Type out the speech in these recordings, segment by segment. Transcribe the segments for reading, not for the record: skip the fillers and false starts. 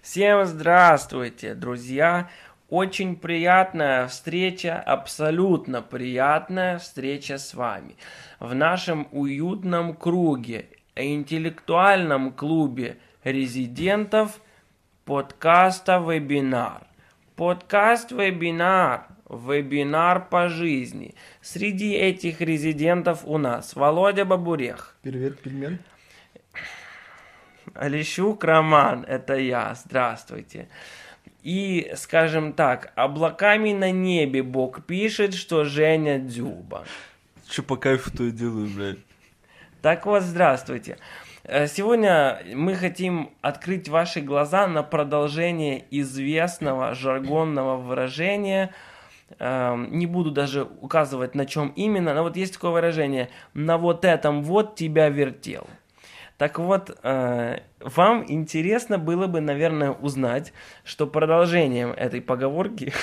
Всем здравствуйте, друзья! Очень приятная встреча, абсолютно приятная встреча с вами. В нашем уютном круге, интеллектуальном клубе резидентов подкаста «Вебинар». Подкаст-вебинар, вебинар по жизни. Среди этих резидентов у нас Володя Бабурех. Привет, пельмен. Олещук Роман, это я, здравствуйте. И, скажем так, облаками на небе Бог пишет, что Женя Дзюба. Че по кайфу то и делаю, блядь. Так вот, здравствуйте. Сегодня мы хотим открыть ваши глаза на продолжение известного жаргонного выражения. Не буду даже указывать, на чем именно, но вот есть такое выражение: «На вот этом вот тебя вертел». Так вот, вам интересно было бы, наверное, узнать, что продолжением этой поговорки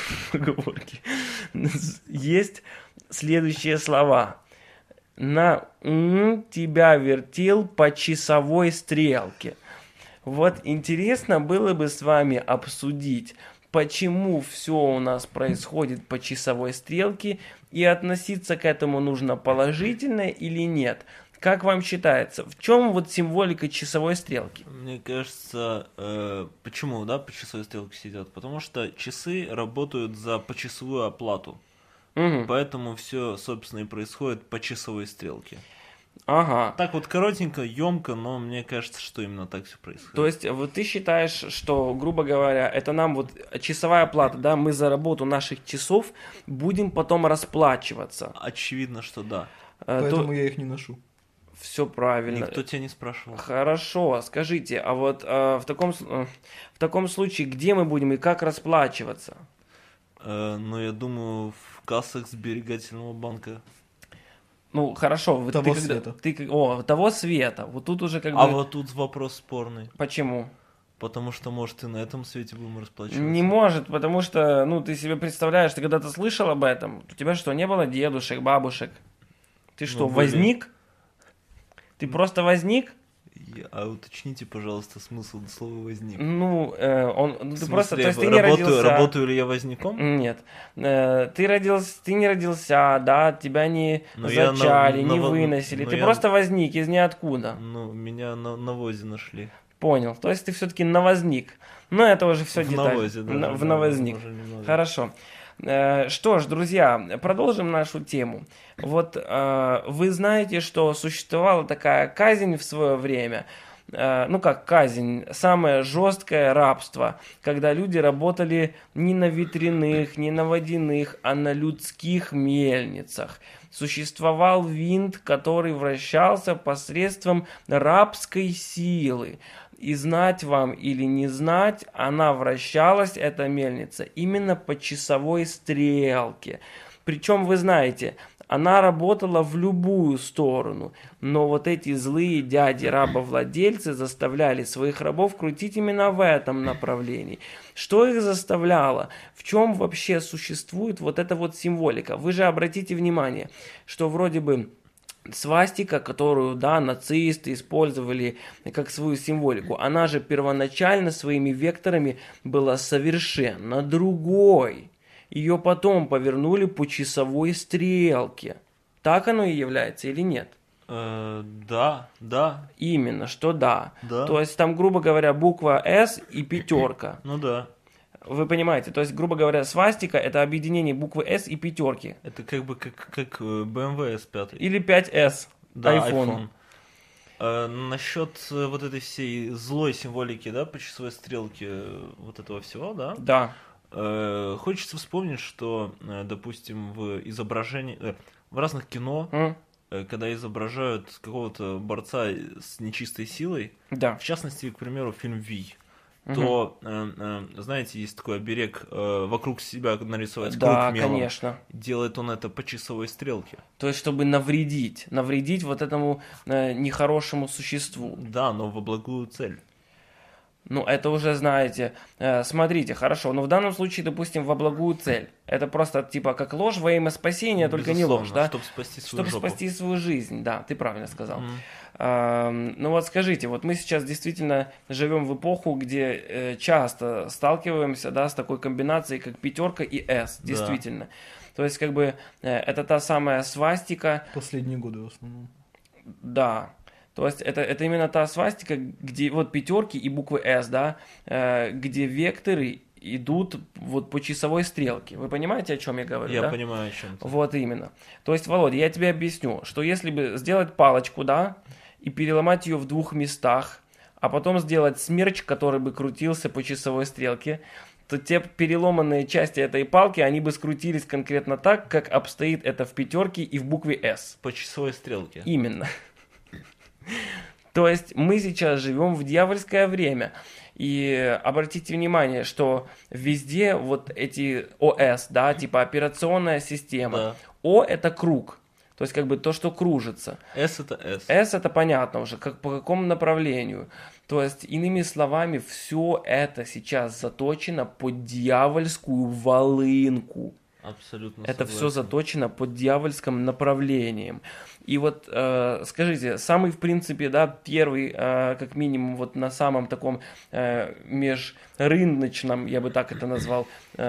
есть следующие слова. На тебя вертел по часовой стрелке. Вот интересно было бы с вами обсудить, почему все у нас происходит по часовой стрелке, и относиться к этому нужно положительно или нет. Как вам считается, в чем вот символика часовой стрелки? Мне кажется, почему, да, по часовой стрелке сидят? Потому что часы работают за почасовую оплату. Угу. Поэтому все, собственно, и происходит по часовой стрелке. Ага. Так вот коротенько, емко, но мне кажется, что именно так все происходит. То есть вот ты считаешь, что, грубо говоря, это нам вот часовая оплата, да, мы за работу наших часов будем потом расплачиваться? Очевидно, что да. Поэтому я их не ношу. Все правильно. Никто тебя не спрашивал. Хорошо, скажите, а вот в таком случае, где мы будем и как расплачиваться? Ну, я думаю, в кассах сберегательного банка. Ну, хорошо. Того света. Того света. Вот тут уже как бы... А вот тут вопрос спорный. Почему? Потому что, может, и на этом свете будем расплачиваться. Не может, потому что, ты себе представляешь, ты когда-то слышал об этом? У тебя что, не было дедушек, бабушек? Ты что, возник? Ты просто возник? А уточните, пожалуйста, смысл слова «возник». Ты просто, то есть ты не родился... Работаю ли я возником? Нет. Ты не родился, да, тебя не зачали, не выносили. Ты просто возник из ниоткуда. Меня на навозе нашли. Понял. То есть ты все-таки навозник. Но это уже все детали. Навозе, да. В навозник. Хорошо. Что ж, друзья, продолжим нашу тему. Вот вы знаете, что существовала такая казнь в свое время. Как казнь, самое жесткое рабство, когда люди работали не на ветряных, не на водяных, а на людских мельницах. Существовал винт, который вращался посредством рабской силы. И знать вам или не знать, она вращалась, эта мельница, именно по часовой стрелке. Причем, вы знаете, она работала в любую сторону, но вот эти злые дяди-рабовладельцы заставляли своих рабов крутить именно в этом направлении. Что их заставляло? В чем вообще существует вот эта вот символика? Вы же обратите внимание, что вроде бы свастика, которую, нацисты использовали как свою символику, она же первоначально своими векторами была совершенно другой. Ее потом повернули по часовой стрелке. Так оно и является или нет? Да. Именно, что да. Да. То есть там, грубо говоря, буква «С» и пятерка. Ну да. Вы понимаете, то есть, грубо говоря, свастика – это объединение буквы «С» и пятерки. Это как бы как BMW S5. Или 5S, да, iPhone. Насчет вот этой всей злой символики, да, по часовой стрелке, вот этого всего, да? Да. Хочется вспомнить, что, допустим, в разных кино, когда изображают какого-то борца с нечистой силой, да. В частности, к примеру, фильм «Вий», то, знаете, есть такой оберег вокруг себя нарисовать круг мелом. Да, конечно. Делает он это по часовой стрелке. То есть, чтобы навредить вот этому нехорошему существу. Да, но во благую цель. Это уже, знаете, смотрите, хорошо, но в данном случае, допустим, во благую цель. Это просто типа как ложь во имя спасения, только не ложь, да? Чтобы спасти свою Чтобы жопу. спасти свою жизнь, да, ты правильно сказал. Ну вот скажите, вот мы сейчас действительно живем в эпоху, где часто сталкиваемся, да, с такой комбинацией, как пятерка и S, действительно. Да. То есть как бы это та самая свастика. Последние годы в основном. Да. То есть это именно та свастика, где вот пятерки и буквы S, да, где векторы идут вот по часовой стрелке. Вы понимаете, о чем я говорю? Я да? понимаю, о чем ты. Вот именно. То есть, Володя, я тебе объясню, что если бы сделать палочку, да, и переломать ее в двух местах, а потом сделать смерч, который бы крутился по часовой стрелке, то те переломанные части этой палки, они бы скрутились конкретно так, как обстоит это в пятерке и в букве S. По часовой стрелке. Именно. То есть мы сейчас живем в дьявольское время. И обратите внимание, что везде вот эти ОС, да, типа операционная система. Да. О это круг. То есть как бы то, что кружится. S это S. S это понятно уже, как по какому направлению. То есть, иными словами, все это сейчас заточено под дьявольскую волынку. Абсолютно это согласен. все заточено под дьявольским направлением. И вот скажите, самый, в принципе, да, первый, как минимум, вот на самом таком межрыночном, я бы так это назвал,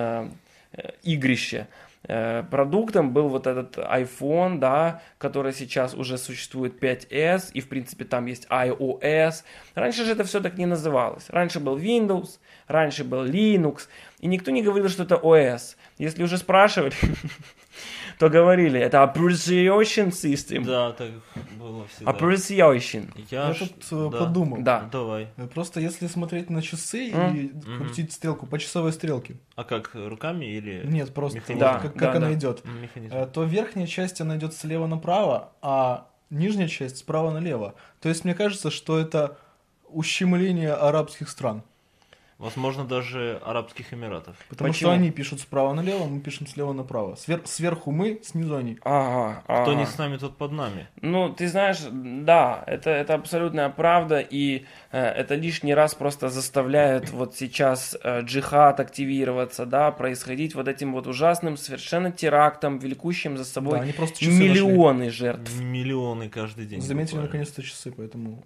игрище, продуктом был вот этот iPhone, да, который сейчас уже существует 5S, и в принципе там есть iOS. Раньше же это все так не называлось. Раньше был Windows, раньше был Linux, и никто не говорил, что это OS. Если уже спрашивали, то говорили, это Appreciation System. Да, так было всегда. Appreciation. Я тут подумал. Да. Давай. Просто если смотреть на часы и крутить стрелку по часовой стрелке. А как, руками или... Нет, просто механизм? да, как она идет. Механизм. То верхняя часть, она идет слева направо, а нижняя часть справа налево. То есть мне кажется, что это ущемление арабских стран. Возможно, даже Арабских Эмиратов. Потому что они пишут справа налево, мы пишем слева направо. Сверху мы, снизу они. Кто не с нами, тот под нами. Ну, ты знаешь, да, это абсолютная правда, и это лишний раз просто заставляет вот сейчас джихад активироваться, да, происходить вот этим вот ужасным совершенно терактом, влекущим за собой миллионы жертв. Миллионы каждый день. Заметили наконец-то часы, поэтому...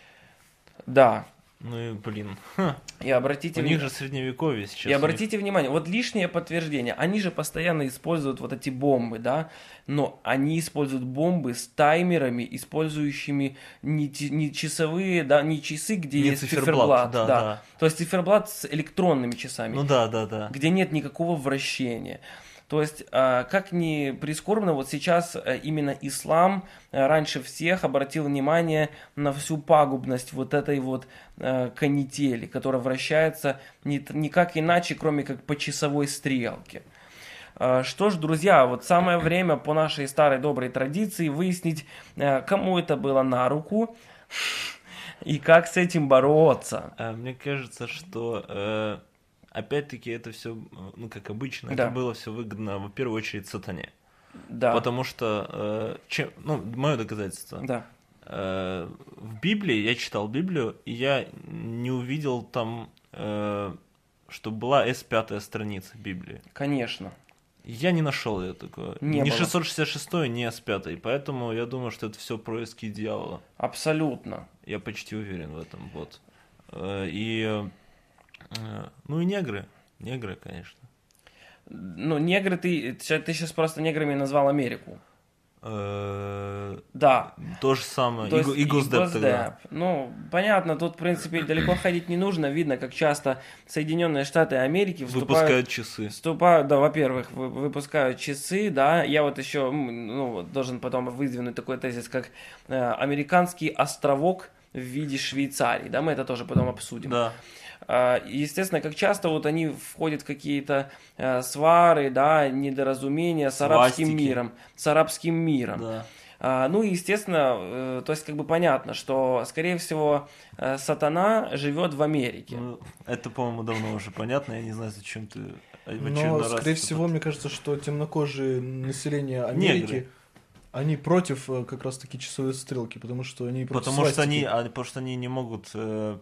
Да. Ну и, блин. И обратите у них же средневековье сейчас. И обратите внимание, вот лишнее подтверждение. Они же постоянно используют вот эти бомбы, да, но они используют бомбы с таймерами, использующими не часовые, да, не часы, где есть циферблат. Да. То есть циферблат с электронными часами. Ну да. Где нет никакого вращения. То есть, как ни прискорбно, вот сейчас именно ислам раньше всех обратил внимание на всю пагубность вот этой вот канители, которая вращается никак иначе, кроме как по часовой стрелке. Что ж, друзья, вот самое время по нашей старой доброй традиции выяснить, кому это было на руку и как с этим бороться. Мне кажется, что... Опять-таки это все, ну как обычно, да. это было все выгодно, в первую очередь, сатане. Да. Потому что, мое доказательство. Да. В Библии, я читал Библию, и я не увидел там, что была S5 страница Библии. Конечно. Я не нашел ее такое. Ни 666, ни S5, поэтому я думаю, что это все происки дьявола. Абсолютно. Я почти уверен в этом, вот. Ну и негры, конечно. Ну, негры, ты сейчас просто неграми назвал Америку. Да. То же самое. И Госдеп тогда. Ну, понятно, тут, в принципе, далеко ходить не нужно. Видно, как часто Соединенные Штаты Америки выпускают часы. Да, во-первых, выпускают часы, да. Я вот еще должен потом выдвинуть такой тезис, как американский островок в виде Швейцарии. Да, мы это тоже потом обсудим. Да. Естественно, как часто вот они входят в какие-то свары, да, недоразумения с арабским миром. Да. Ну и, естественно, то есть как бы понятно, что, скорее всего, сатана живет в Америке. Ну, это, по-моему, давно уже понятно, я не знаю, зачем ты Но, скорее всего, мне кажется, что темнокожие население Америки... Негры. Они против как раз-таки часовой стрелки, потому что они против потому что они не могут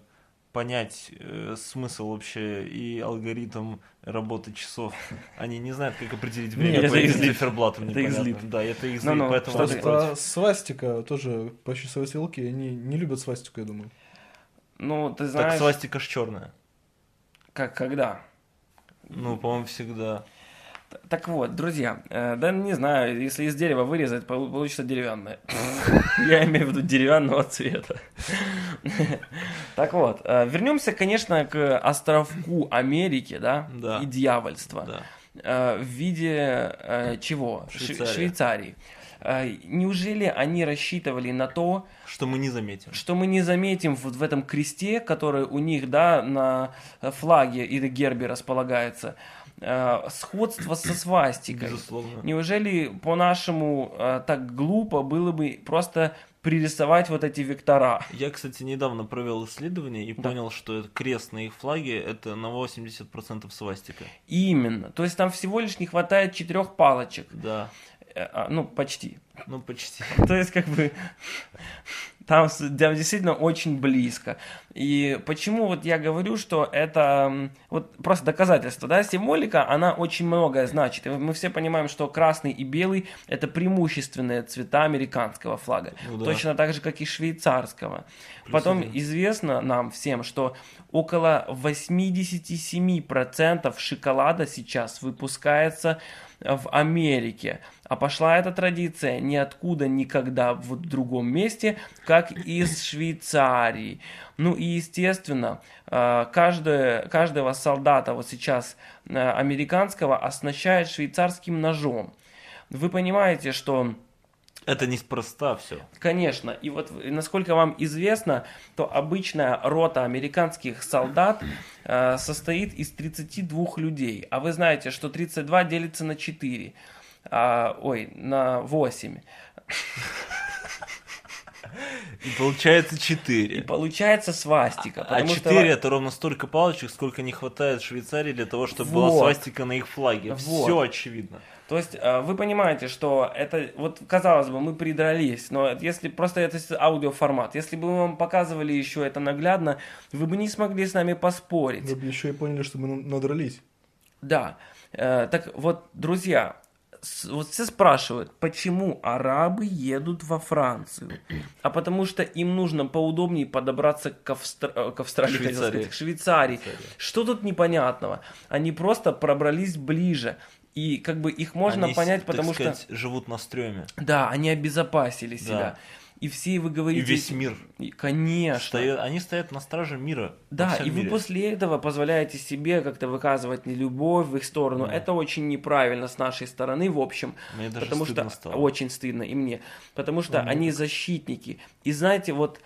понять смысл вообще и алгоритм работы часов. Они не знают, как определить время Нет, по это этим излит. циферблатам Это непонятным. излит. Да, это излит, Ну-ну, поэтому что они ты- против. Просто свастика тоже по часовой стрелке, они не любят свастику, я думаю. Ну, ты Так знаешь, свастика ж черная. когда? Ну, по-моему, всегда. Так вот, друзья, да не знаю, если из дерева вырезать, получится деревянное. Я имею в виду деревянного цвета. Так вот, вернемся, конечно, к островку Америки, да, Да. и дьявольства. Да. В виде чего? Швейцария. Швейцарии. Неужели они рассчитывали на то, Что мы не заметим. что мы не заметим вот в этом кресте, который у них, да, на флаге или гербе располагается, сходство со свастикой? Безусловно. Неужели по-нашему так глупо было бы просто пририсовать вот эти вектора? Я, кстати, недавно провел исследование и Да. понял, что крест на их флаге это на 80% свастика. Именно. То есть там всего лишь не хватает 4 палочек. Да. Ну, почти. Ну, почти. То есть, как бы, там действительно очень близко. И почему вот я говорю, что это вот просто доказательство, да, символика, она очень многое значит. И мы все понимаем, что красный и белый – это преимущественные цвета американского флага. Ну да. Точно так же, как и швейцарского. Потом один. известно нам всем, что около 87% шоколада сейчас выпускается в Америке. А пошла эта традиция ниоткуда никогда в другом месте, как из Швейцарии. Ну и естественно, каждого солдата вот сейчас американского оснащают швейцарским ножом. Вы понимаете, что... Это неспроста все. Конечно, и вот насколько вам известно, то обычная рота американских солдат состоит из 32 людей. А вы знаете, что 32 делится на 4. На 8. И получается И 4. получается свастика. А потому 4 что... это ровно столько палочек, сколько не хватает Швейцарии для того, чтобы была Вот. свастика на их флаге. Вот. Все очевидно. То есть вы понимаете, что это, вот казалось бы, мы придрались, но если просто это аудиоформат, если бы мы вам показывали еще это наглядно, вы бы не смогли с нами поспорить. Вы бы еще и поняли, что мы надрались. Да, так вот, друзья, вот все спрашивают, почему арабы едут во Францию? А потому что им нужно поудобнее подобраться к Австралии, хотел Швейцарии. сказать, к Швейцарии. Что тут непонятного? Они просто пробрались ближе. И как бы их можно Они, понять, так потому сказать, живут на стреме. да, они обезопасили себя. Да. И все вы И говорите... весь мир. Конечно. Они стоят на страже мира. во Да, всем и вы мире. после этого позволяете себе как-то выказывать нелюбовь в их сторону. Да. Это очень неправильно с нашей стороны, в общем. Мне даже Потому стыдно что стало. очень стыдно и мне. Потому что они защитники. И знаете, вот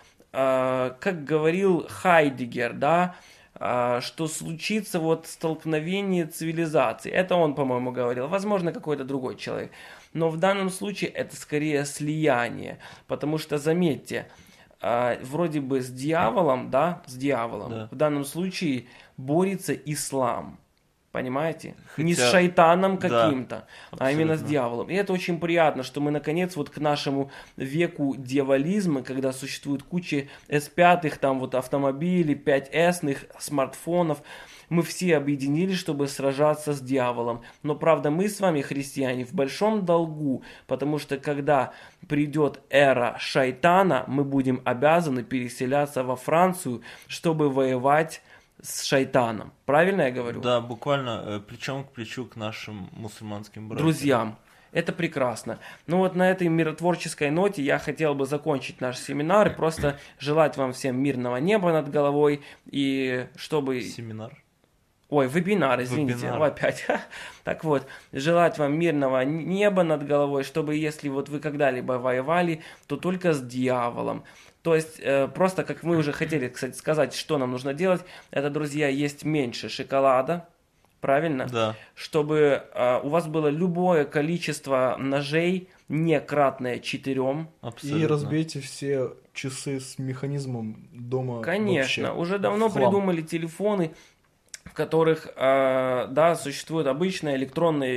как говорил Хайдеггер, да, что случится вот столкновение цивилизаций. Это он, по-моему, говорил. Возможно, какой-то другой человек. Но в данном случае это скорее слияние. Потому что, заметьте, вроде бы с дьяволом, да, Да. в данном случае борется ислам. Понимаете? Не с Хотя- шайтаном да, каким-то, а именно с абсолютно. дьяволом. И это очень приятно, что мы наконец вот к нашему веку дьяволизма, когда существует куча S5, там вот автомобилей, 5S-ных, смартфонов, мы все объединились, чтобы сражаться с дьяволом. Но правда мы с вами, христиане, в большом долгу, потому что когда придет эра шайтана, мы будем обязаны переселяться во Францию, чтобы воевать с шайтаном. Правильно я говорю? Да, буквально плечом к плечу к нашим мусульманским братьям. Друзьям. Это прекрасно. Ну вот на этой миротворческой ноте я хотел бы закончить наш семинар и просто желать вам всем мирного неба над головой и чтобы... Семинар. Ой, вебинар, извините, Вебинар. опять. Так вот, желать вам мирного неба над головой, чтобы если вот вы когда-либо воевали, то только с дьяволом. То есть, просто, как мы уже хотели, кстати, сказать, что нам нужно делать, это, друзья, есть меньше шоколада, правильно? Да. Чтобы у вас было любое количество ножей, не кратное 4. Абсолютно. И разбейте все часы с механизмом дома. Конечно, вообще. уже давно В хлам. придумали телефоны, в которых, да, существуют обычные электронные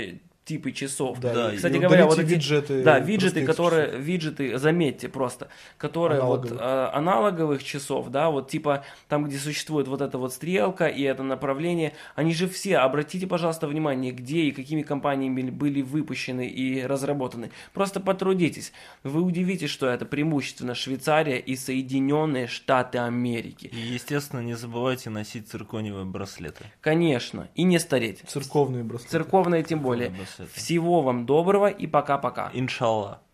типы часов. Да, Кстати и говоря, удалите вот эти виджеты. да, виджеты, простых которые, часов. виджеты, заметьте просто, которые Аналоговых. вот аналоговых часов, да, вот типа там, где существует вот эта вот стрелка и это направление, они же все, обратите, пожалуйста, внимание, где и какими компаниями были выпущены и разработаны. Просто потрудитесь. Вы удивитесь, что это преимущественно Швейцария и Соединенные Штаты Америки. И, естественно, не забывайте носить циркониевые браслеты. Конечно, и не стареть. Церковные браслеты. Церковные тем более. Браслеты. Всего вам доброго и пока-пока. Иншаллах.